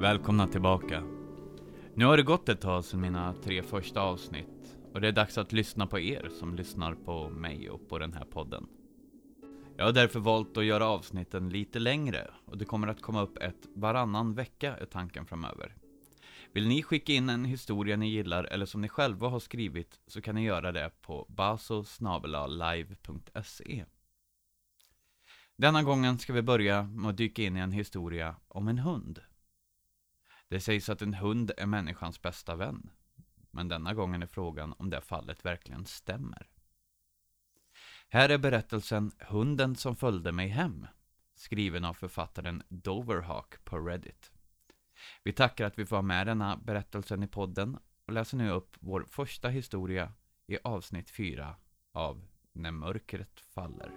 Välkomna tillbaka. Nu har det gått ett tag sedan mina 3 första avsnitt och det är dags att lyssna på er som lyssnar på mig och på den här podden. Jag har därför valt att göra avsnitten lite längre och det kommer att komma upp ett varannan vecka är tanken framöver. Vill ni skicka in en historia ni gillar eller som ni själva har skrivit så kan ni göra det på baso@live.se. Denna gången ska vi börja med att dyka in i en historia om en hund. Det sägs att en hund är människans bästa vän. Men denna gången är frågan om det fallet verkligen stämmer. Här är berättelsen Hunden som följde mig hem. Skriven av författaren Doverhawk på Reddit. Vi tackar att vi får ha med denna berättelsen i podden. Och läser nu upp vår första historia i avsnitt 4 av När mörkret faller.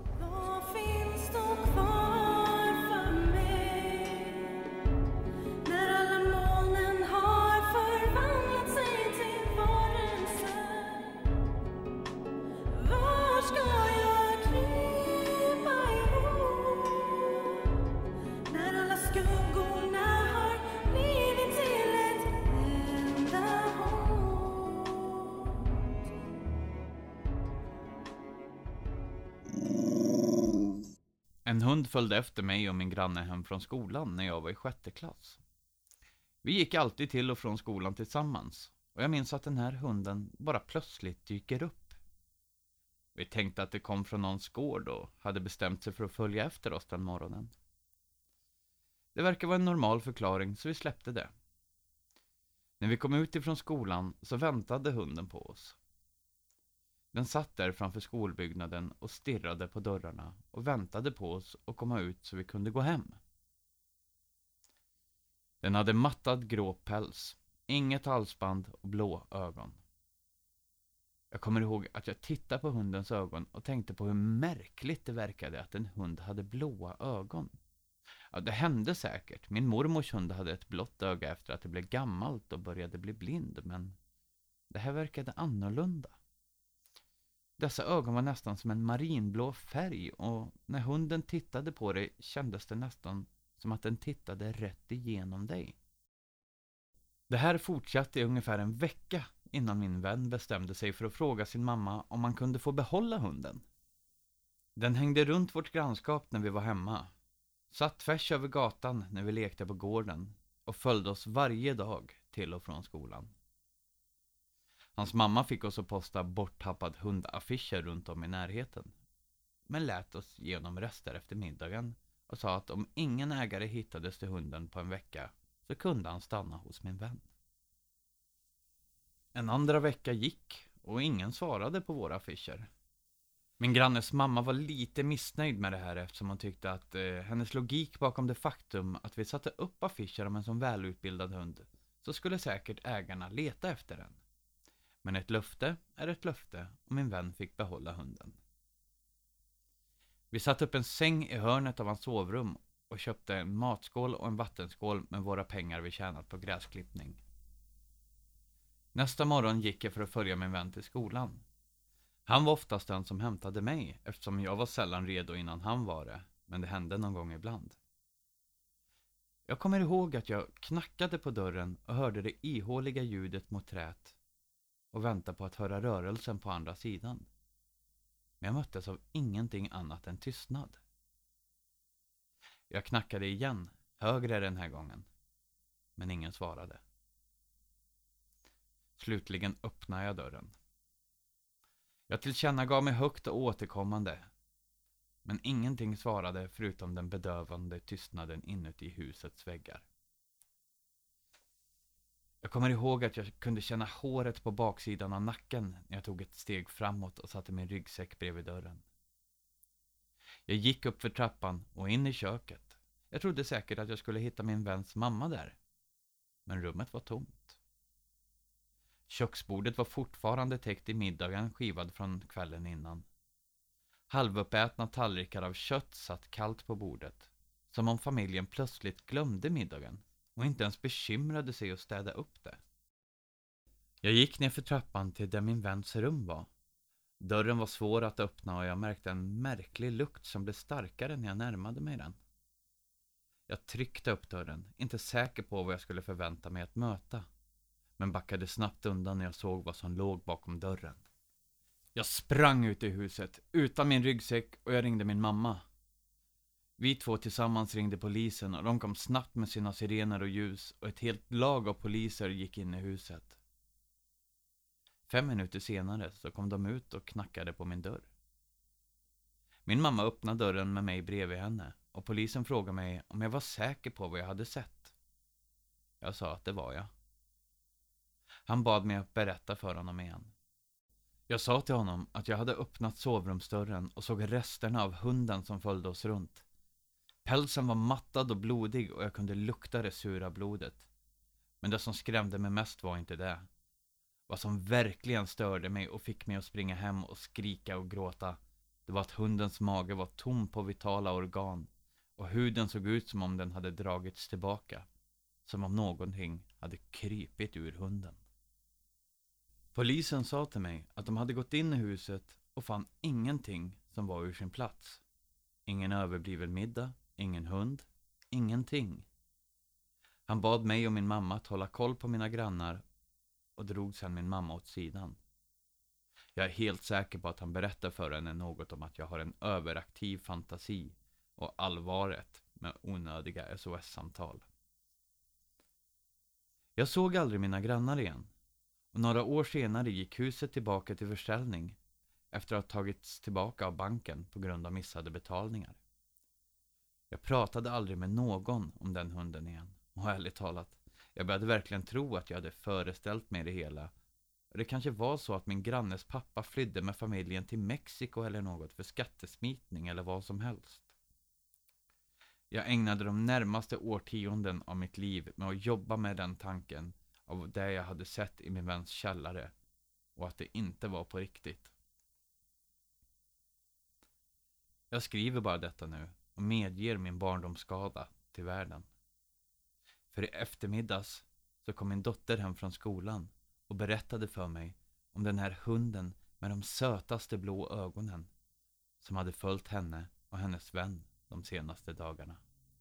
En hund följde efter mig och min granne hem från skolan när jag var i 6:e klass. Vi gick alltid till och från skolan tillsammans och jag minns att den här hunden bara plötsligt dyker upp. Vi tänkte att det kom från någons gård och hade bestämt sig för att följa efter oss den morgonen. Det verkar vara en normal förklaring så vi släppte det. När vi kom ut ifrån skolan så väntade hunden på oss. Den satt där framför skolbyggnaden och stirrade på dörrarna och väntade på oss att komma ut så vi kunde gå hem. Den hade mattad grå päls, inget halsband och blå ögon. Jag kommer ihåg att jag tittade på hundens ögon och tänkte på hur märkligt det verkade att en hund hade blåa ögon. Ja, det hände säkert. Min mormors hund hade ett blått öga efter att det blev gammalt och började bli blind, men det här verkade annorlunda. Dessa ögon var nästan som en marinblå färg och när hunden tittade på dig kändes det nästan som att den tittade rätt igenom dig. Det här fortsatte i ungefär en vecka innan min vän bestämde sig för att fråga sin mamma om man kunde få behålla hunden. Den hängde runt vårt grannskap när vi var hemma, satt tvärs över gatan när vi lekte på gården och följde oss varje dag till och från skolan. Hans mamma fick oss att posta borttappad hundaffischer runt om i närheten. Men lät oss ge honom rester efter middagen och sa att om ingen ägare hittades till hunden på en vecka så kunde han stanna hos min vän. En andra vecka gick och ingen svarade på våra affischer. Min grannes mamma var lite missnöjd med det här eftersom hon tyckte att hennes logik bakom det faktum att vi satte upp affischer om en sån välutbildad hund så skulle säkert ägarna leta efter den. Men ett löfte är ett löfte och min vän fick behålla hunden. Vi satte upp en säng i hörnet av hans sovrum och köpte en matskål och en vattenskål med våra pengar vi tjänat på gräsklippning. Nästa morgon gick jag för att följa min vän till skolan. Han var oftast den som hämtade mig eftersom jag var sällan redo innan han var det, men det hände någon gång ibland. Jag kommer ihåg att jag knackade på dörren och hörde det ihåliga ljudet mot trät och väntade på att höra rörelsen på andra sidan. Men jag möttes av ingenting annat än tystnad. Jag knackade igen, högre den här gången. Men ingen svarade. Slutligen öppnade jag dörren. Jag tillkännagav mig högt och återkommande. Men ingenting svarade förutom den bedövande tystnaden inuti husets väggar. Jag kommer ihåg att jag kunde känna håret på baksidan av nacken när jag tog ett steg framåt och satte min ryggsäck bredvid dörren. Jag gick upp för trappan och in i köket. Jag trodde säkert att jag skulle hitta min väns mamma där. Men rummet var tomt. Köksbordet var fortfarande täckt i middagen skivad från kvällen innan. Halvuppätna tallrikar av kött satt kallt på bordet. Som om familjen plötsligt glömde middagen och inte ens bekymrade sig att städa upp det. Jag gick ner för trappan till där min väns rum var. Dörren var svår att öppna och jag märkte en märklig lukt som blev starkare när jag närmade mig den. Jag tryckte upp dörren, inte säker på vad jag skulle förvänta mig att möta. Men backade snabbt undan när jag såg vad som låg bakom dörren. Jag sprang ut i huset, utan min ryggsäck, och jag ringde min mamma. Vi två tillsammans ringde polisen och de kom snabbt med sina sirener och ljus och ett helt lag av poliser gick in i huset. 5 minuter senare så kom de ut och knackade på min dörr. Min mamma öppnade dörren med mig bredvid henne och polisen frågade mig om jag var säker på vad jag hade sett. Jag sa att det var jag. Han bad mig att berätta för honom igen. Jag sa till honom att jag hade öppnat sovrumsdörren och såg resterna av hunden som följde oss runt. Pälsen var mattad och blodig och jag kunde lukta det sura blodet. Men det som skrämde mig mest var inte det. Vad som verkligen störde mig och fick mig att springa hem och skrika och gråta, det var att hundens mage var tom på vitala organ och huden såg ut som om den hade dragits tillbaka. Som om någonting hade krypit ur hunden. Polisen sa till mig att de hade gått in i huset och fann ingenting som var ur sin plats. Ingen överbliven middag, ingen hund, ingenting. Han bad mig och min mamma att hålla koll på mina grannar och drog sedan min mamma åt sidan. Jag är helt säker på att han berättar för henne något om att jag har en överaktiv fantasi och allvaret med onödiga SOS-samtal. Jag såg aldrig mina grannar igen. Och några år senare gick huset tillbaka till försäljning efter att ha tagits tillbaka av banken på grund av missade betalningar. Jag pratade aldrig med någon om den hunden igen. Och ärligt talat, jag började verkligen tro att jag hade föreställt mig det hela. Och det kanske var så att min grannes pappa flydde med familjen till Mexiko eller något för skattesmitning eller vad som helst. Jag ägnade de närmaste årtionden av mitt liv med att jobba med den tanken av det jag hade sett i min väns källare och att det inte var på riktigt. Jag skriver bara detta nu och medger min barndomsskada till världen. För i eftermiddags så kom min dotter hem från skolan och berättade för mig om den här hunden med de sötaste blå ögonen som hade följt henne och hennes vän de senaste dagarna.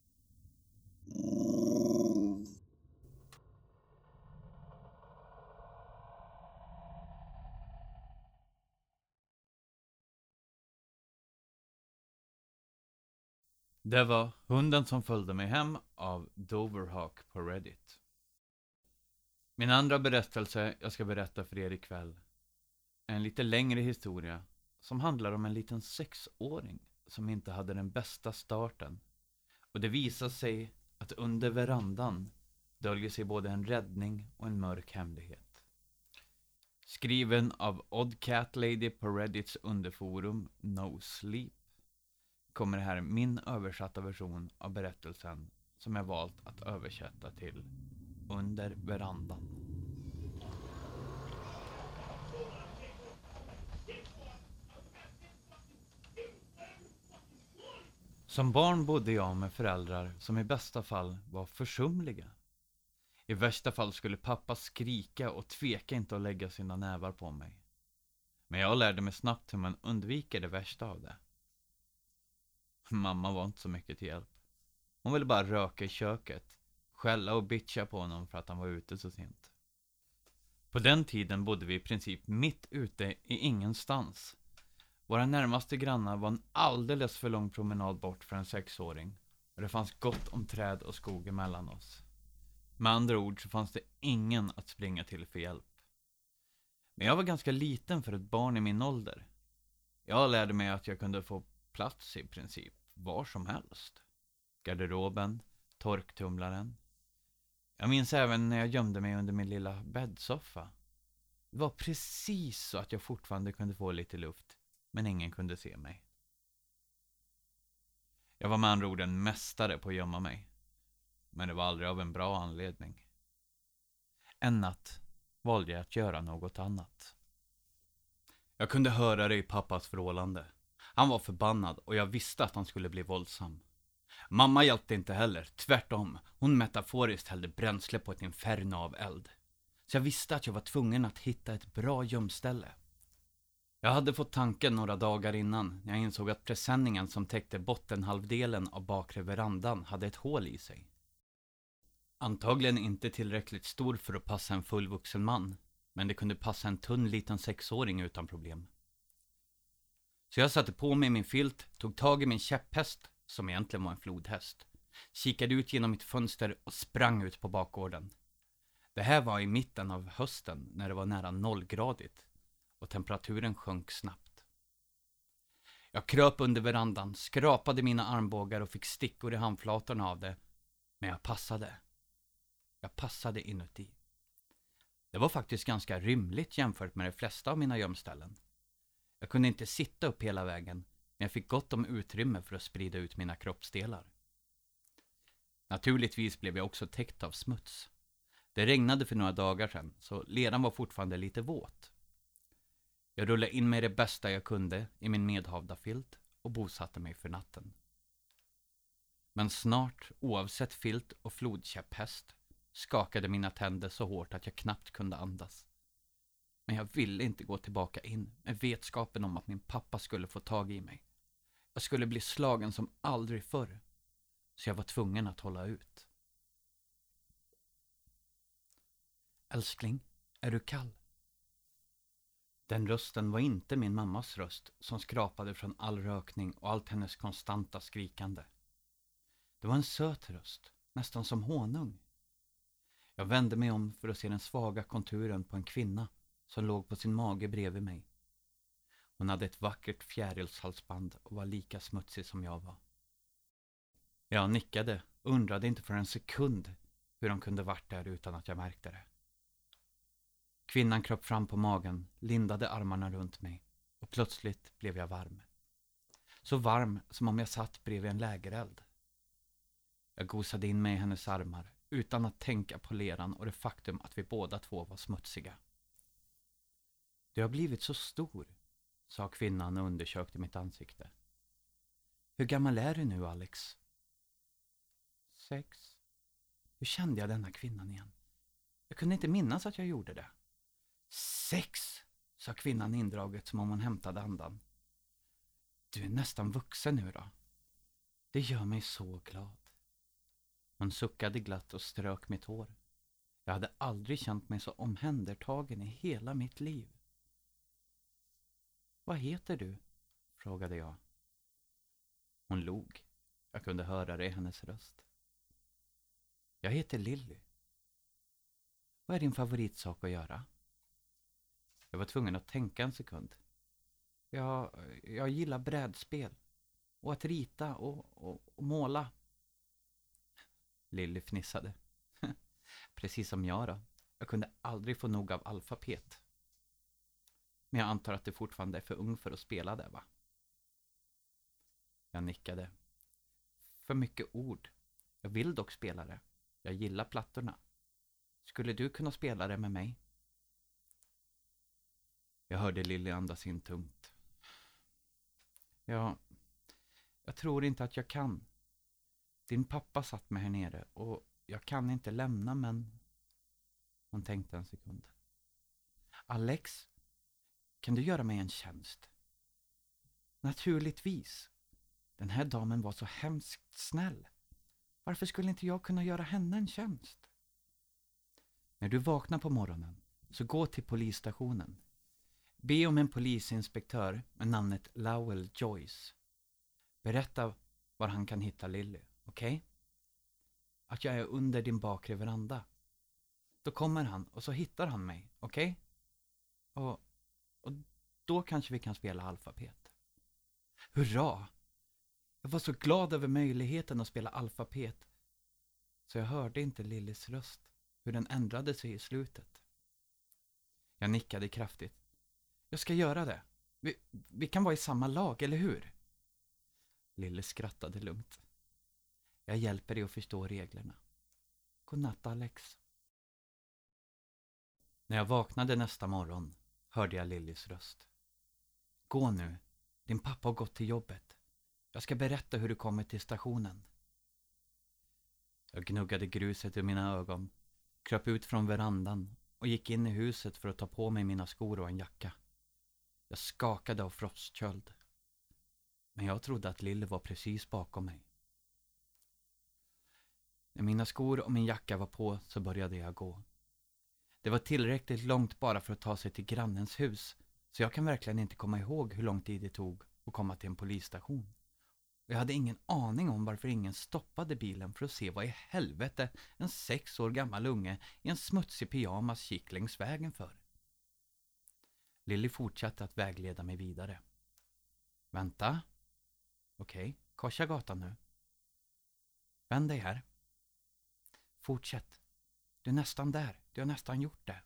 Det var Hunden som följde mig hem av Doverhawk på Reddit. Min andra berättelse jag ska berätta för er ikväll är en lite längre historia som handlar om en liten 6-åring som inte hade den bästa starten. Och det visar sig att under verandan döljer sig både en räddning och en mörk hemlighet. Skriven av Odd Cat Lady på Reddits underforum No Sleep kommer här min översatta version av berättelsen som jag valt att översätta till Under verandan. Som barn bodde jag med föräldrar som i bästa fall var försumliga. I värsta fall skulle pappa skrika och tveka inte att lägga sina nävar på mig. Men jag lärde mig snabbt hur man undviker det värsta av det. Mamma var inte så mycket till hjälp. Hon ville bara röka i köket, skälla och bitcha på honom för att han var ute så sent. På den tiden bodde vi i princip mitt ute i ingenstans. Våra närmaste grannar var en alldeles för lång promenad bort för en 6-åring. Och det fanns gott om träd och skog emellan oss. Med andra ord så fanns det ingen att springa till för hjälp. Men jag var ganska liten för ett barn i min ålder. Jag lärde mig att jag kunde få plats i princip var som helst. Garderoben, torktumlaren. Jag minns även när jag gömde mig under min lilla bäddsoffa. Det var precis så att jag fortfarande kunde få lite luft, men ingen kunde se mig. Jag var med andra ord en mästare på att gömma mig. Men det var aldrig av en bra anledning. En natt valde jag att göra något annat. Jag kunde höra det i pappas vrålande. Han var förbannad och jag visste att han skulle bli våldsam. Mamma hjälpte inte heller, tvärtom. Hon metaforiskt hällde bränsle på ett inferno av eld. Så jag visste att jag var tvungen att hitta ett bra gömställe. Jag hade fått tanken några dagar innan när jag insåg att presenningen som täckte bottenhalvdelen av bakre verandan hade ett hål i sig. Antagligen inte tillräckligt stor för att passa en fullvuxen man, men det kunde passa en tunn liten 6-åring utan problem. Så jag satte på mig min filt, tog tag i min käpphäst, som egentligen var en flodhäst, kikade ut genom mitt fönster och sprang ut på bakgården. Det här var i mitten av hösten när det var nära 0-gradigt och temperaturen sjönk snabbt. Jag kröp under verandan, skrapade mina armbågar och fick stickor i handflatorna av det, men jag passade. Jag passade inuti. Det var faktiskt ganska rymligt jämfört med de flesta av mina gömställen. Jag kunde inte sitta upp hela vägen, men jag fick gott om utrymme för att sprida ut mina kroppsdelar. Naturligtvis blev jag också täckt av smuts. Det regnade för några dagar sedan, så leran var fortfarande lite våt. Jag rullade in med det bästa jag kunde i min medhavda filt och bosatte mig för natten. Men snart, oavsett filt och flodkäpphäst, skakade mina tänder så hårt att jag knappt kunde andas. Men jag ville inte gå tillbaka in med vetskapen om att min pappa skulle få tag i mig. Jag skulle bli slagen som aldrig förr, så jag var tvungen att hålla ut. Älskling, är du kall? Den rösten var inte min mammas röst som skrapade från all rökning och allt hennes konstanta skrikande. Det var en söt röst, nästan som honung. Jag vände mig om för att se den svaga konturen på en kvinna som låg på sin mage bredvid mig. Hon hade ett vackert fjärilshalsband och var lika smutsig som jag var. Jag nickade och undrade inte för en sekund hur hon kunde varit där utan att jag märkte det. Kvinnan kröp fram på magen, lindade armarna runt mig och plötsligt blev jag varm. Så varm som om jag satt bredvid en lägereld. Jag gosade in mig i hennes armar utan att tänka på leran och det faktum att vi båda två var smutsiga. Du har blivit så stor, sa kvinnan och undersökte mitt ansikte. Hur gammal är du nu, Alex? 6. Hur kände jag denna kvinnan igen? Jag kunde inte minnas att jag gjorde det. 6, sa kvinnan indraget som om hon hämtade andan. Du är nästan vuxen nu då. Det gör mig så glad. Hon suckade glatt och strök mitt hår. Jag hade aldrig känt mig så omhändertagen i hela mitt liv. Vad heter du? Frågade jag. Hon log. Jag kunde höra det i hennes röst. Jag heter Lilly. Vad är din favoritsak att göra? Jag var tvungen att tänka en sekund. Jag gillar brädspel. Och att rita och måla. Lilly fnissade. Precis som jag då. Jag kunde aldrig få nog av alfabet. Men jag antar att det fortfarande är för ung för att spela det, va? Jag nickade. För mycket ord. Jag vill dock spela det. Jag gillar plattorna. Skulle du kunna spela det med mig? Jag hörde Lilly andas in tungt. Jag tror inte att jag kan. Din pappa satt mig här nere och jag kan inte lämna, men... Hon tänkte en sekund. Alex, kan du göra mig en tjänst? Naturligtvis. Den här damen var så hemskt snäll. Varför skulle inte jag kunna göra henne en tjänst? När du vaknar på morgonen så gå till polisstationen. Be om en polisinspektör med namnet Lowell Joyce. Berätta var han kan hitta Lilly, okej? Att jag är under din bakre veranda. Då kommer han och så hittar han mig, okej? Och då kanske vi kan spela alfabet. Hurra! Jag var så glad över möjligheten att spela alfabet. Så jag hörde inte Lillys röst, hur den ändrade sig i slutet. Jag nickade kraftigt. Jag ska göra det. Vi kan vara i samma lag, eller hur? Lilly skrattade lugnt. Jag hjälper dig att förstå reglerna. Godnatt, Alex. När jag vaknade nästa morgon hörde jag Lillys röst. Gå nu. Din pappa har gått till jobbet. Jag ska berätta hur du kommer till stationen. Jag gnuggade gruset ur mina ögon, kröp ut från verandan och gick in i huset för att ta på mig mina skor och en jacka. Jag skakade av frostköld. Men jag trodde att Lille var precis bakom mig. När mina skor och min jacka var på så började jag gå. Det var tillräckligt långt bara för att ta sig till grannens hus, så jag kan verkligen inte komma ihåg hur lång tid det tog att komma till en polisstation. Och jag hade ingen aning om varför ingen stoppade bilen för att se vad i helvete en 6 år gammal unge i en smutsig pyjamas gick längs vägen för. Lilly fortsatte att vägleda mig vidare. Vänta. Okej, korsa gatan nu. Vänd dig här. Fortsätt. Du är nästan där. Du har nästan gjort det.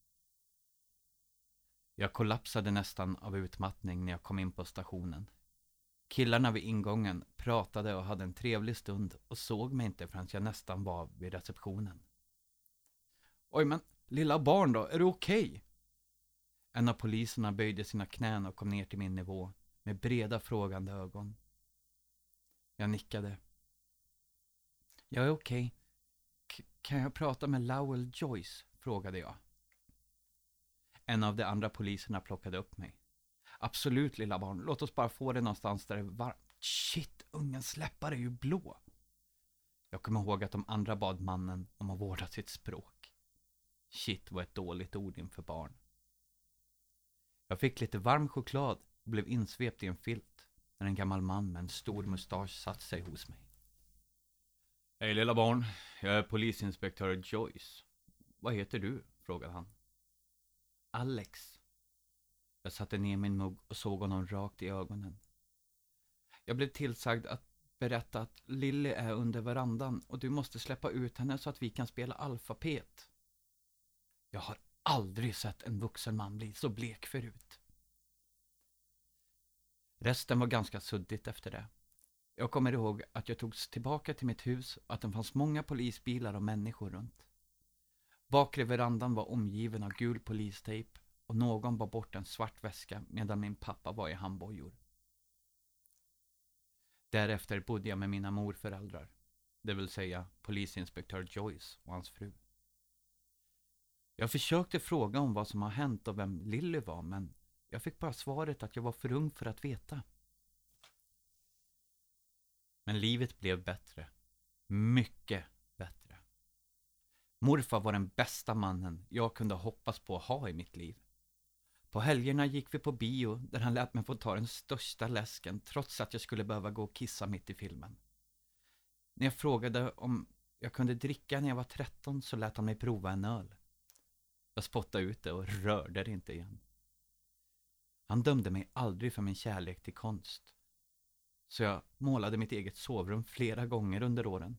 Jag kollapsade nästan av utmattning när jag kom in på stationen. Killarna vid ingången pratade och hade en trevlig stund och såg mig inte förrän jag nästan var vid receptionen. Oj, men lilla barn då, är du okej? En av poliserna böjde sina knän och kom ner till min nivå med breda frågande ögon. Jag nickade. Jag är okej. Kan jag prata med Lowell Joyce? Frågade jag. En av de andra poliserna plockade upp mig. Absolut, lilla barn. Låt oss bara få det någonstans där det är varmt. Shit, ungens läppar är ju blå. Jag kommer ihåg att de andra bad mannen om att vårda sitt språk. Shit var ett dåligt ord inför barn. Jag fick lite varm choklad och blev insvept i en filt när en gammal man med en stor mustasch satt sig hos mig. Hej lilla barn, jag är polisinspektör Joyce. Vad heter du? Frågade han. Alex. Jag satte ner min mugg och såg honom rakt i ögonen. Jag blev tillsagd att berätta att Lilly är under verandan och du måste släppa ut henne så att vi kan spela alfabet. Jag har aldrig sett en vuxen man bli så blek förut. Resten var ganska suddigt efter det. Jag kommer ihåg att jag togs tillbaka till mitt hus och att det fanns många polisbilar och människor runt. Bakre verandan var omgiven av gul polistejp och någon bar bort en svart väska medan min pappa var i handbojor. Därefter bodde jag med mina morföräldrar, det vill säga polisinspektör Joyce och hans fru. Jag försökte fråga om vad som har hänt och vem Lilly var, men jag fick bara svaret att jag var för ung för att veta. Men livet blev bättre. Mycket bättre. Morfar var den bästa mannen jag kunde hoppas på att ha i mitt liv. På helgerna gick vi på bio där han lät mig få ta den största läsken trots att jag skulle behöva gå och kissa mitt i filmen. När jag frågade om jag kunde dricka när jag var 13 så lät han mig prova en öl. Jag spottade ut det och rörde det inte igen. Han dömde mig aldrig för min kärlek till konst. Så jag målade mitt eget sovrum flera gånger under åren.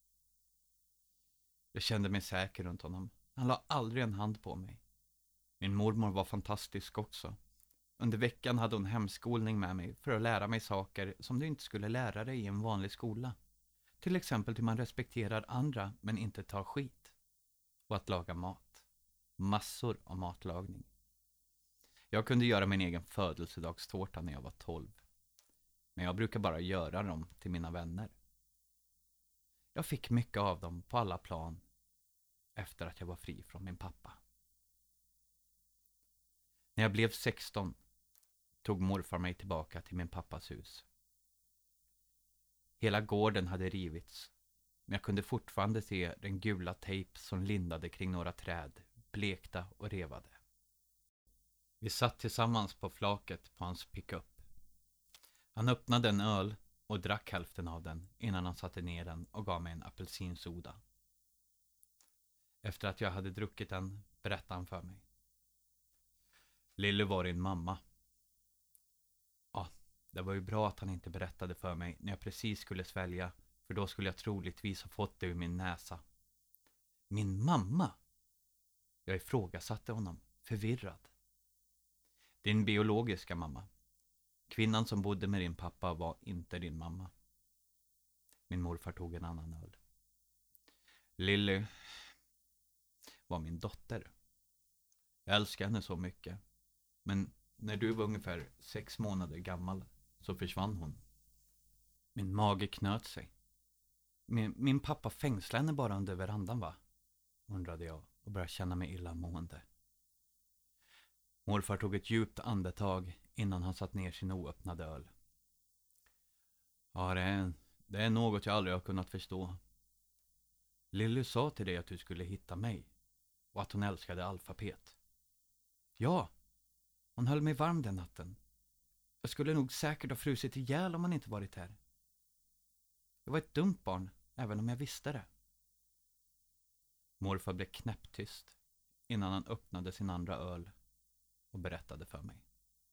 Jag kände mig säker runt honom. Han la aldrig en hand på mig. Min mormor var fantastisk också. Under veckan hade hon hemskolning med mig för att lära mig saker som du inte skulle lära dig i en vanlig skola. Till exempel hur man respekterar andra men inte tar skit. Och att laga mat. Massor av matlagning. Jag kunde göra min egen födelsedagstårta när jag var 12. Men jag brukar bara göra dem till mina vänner. Jag fick mycket av dem på alla plan efter att jag var fri från min pappa. När jag blev 16 tog morfar mig tillbaka till min pappas hus. Hela gården hade rivits, men jag kunde fortfarande se den gula tejp som lindade kring några träd, blekta och revade. Vi satt tillsammans på flaket på hans pickup. Han öppnade en öl och drack hälften av den innan han satte ner den och gav mig en apelsinsoda. Efter att jag hade druckit den berättade han för mig. Lilly var din mamma. Ja, det var ju bra att han inte berättade för mig när jag precis skulle svälja, för då skulle jag troligtvis ha fått det ur min näsa. Min mamma? Jag ifrågasatte honom, förvirrad. Din biologiska mamma. Kvinnan som bodde med din pappa var inte din mamma. Min morfar tog en annan öl. Lilly var min dotter. Jag älskar henne så mycket. Men när du var ungefär 6 månader gammal så försvann hon. Min mage knöt sig. Min pappa fängslade henne bara under verandan, va? Undrade jag och började känna mig illamående. Morfar tog ett djupt andetag innan han satt ner sin oöppnade öl. Ja, det är något jag aldrig har kunnat förstå. Lilly sa till dig att du skulle hitta mig och att hon älskade alfabet. Ja, hon höll mig varm den natten. Jag skulle nog säkert ha frusit ihjäl om han inte varit här. Jag var ett dumt barn, även om jag visste det. Morfar blev knäpptyst innan han öppnade sin andra öl och berättade för mig.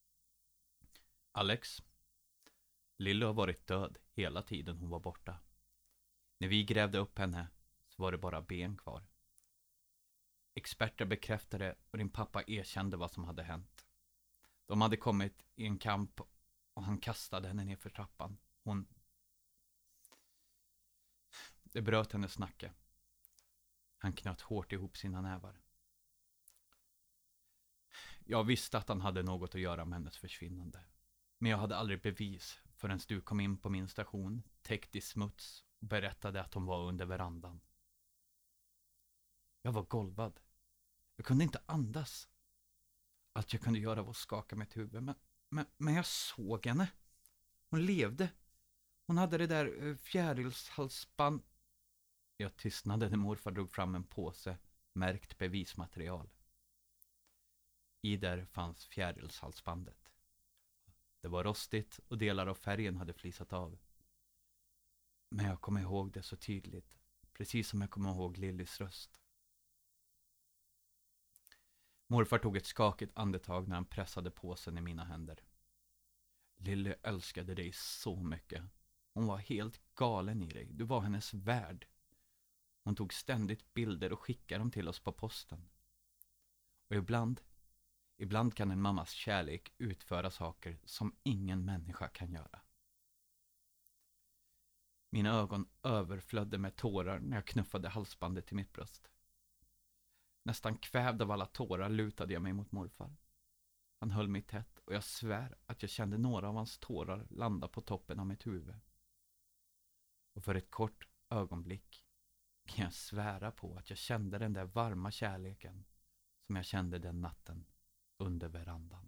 Alex, Lilly har varit död hela tiden hon var borta. När vi grävde upp henne så var det bara ben kvar. Experter bekräftade och din pappa erkände vad som hade hänt. De hade kommit i en kamp och han kastade henne ner för trappan. Det bröt hennes nacke. Han knöt hårt ihop sina nävar. Jag visste att han hade något att göra med hennes försvinnande. Men jag hade aldrig bevis förrän du kom in på min station, täckt i smuts och berättade att hon var under verandan. Jag var golvad. Jag kunde inte andas. Allt jag kunde göra var att skaka mitt huvud. Men jag såg henne. Hon levde. Hon hade det där fjärilshalsband. Jag tystnade när morfar drog fram en påse märkt bevismaterial. I där fanns fjärilshalsbandet. Det var rostigt och delar av färgen hade flisat av. Men jag kommer ihåg det så tydligt. Precis som jag kommer ihåg Lillys röst. Morfar tog ett skakigt andetag när han pressade påsen i mina händer. Lilly älskade dig så mycket. Hon var helt galen i dig. Du var hennes värld. Hon tog ständigt bilder och skickade dem till oss på posten. Och ibland kan en mammas kärlek utföra saker som ingen människa kan göra. Mina ögon överflödde med tårar när jag knuffade halsbandet till mitt bröst. Nästan kvävd av alla tårar lutade jag mig mot morfar. Han höll mig tätt och jag svär att jag kände några av hans tårar landa på toppen av mitt huvud. Och för ett kort ögonblick kan jag svära på att jag kände den där varma kärleken som jag kände den natten under verandan.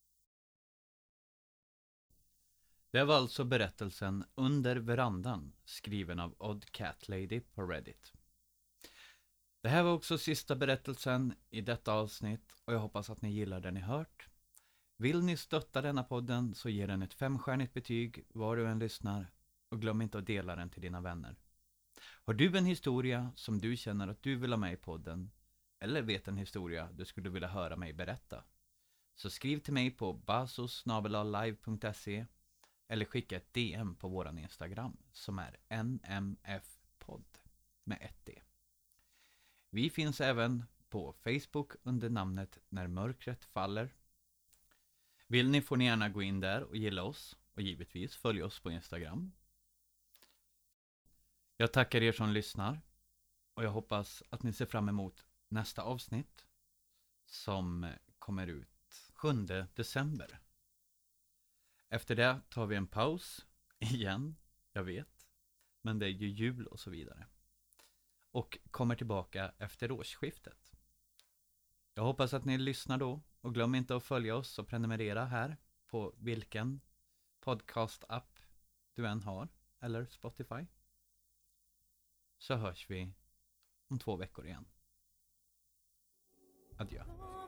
Det var alltså berättelsen Under verandan, skriven av Odd Cat Lady på Reddit. Det här var också sista berättelsen i detta avsnitt och jag hoppas att ni gillar det ni hört. Vill ni stötta denna podden så ge den ett 5-stjärnigt betyg var du än lyssnar och glöm inte att dela den till dina vänner. Har du en historia som du känner att du vill ha med i podden eller vet en historia du skulle vilja höra mig berätta, så skriv till mig på basos@live.se eller skicka ett DM på våran Instagram som är nmfpodd med 1D. Vi finns även på Facebook under namnet När mörkret faller. Vill ni får ni gärna gå in där och gilla oss och givetvis följa oss på Instagram. Jag tackar er som lyssnar och jag hoppas att ni ser fram emot nästa avsnitt som kommer ut 7 december. Efter det tar vi en paus igen, jag vet, men det är ju jul och så vidare. Och kommer tillbaka efter årsskiftet. Jag hoppas att ni lyssnar då och glöm inte att följa oss och prenumerera här på vilken podcast-app du än har eller Spotify. Så hörs vi om 2 veckor igen. Adjö.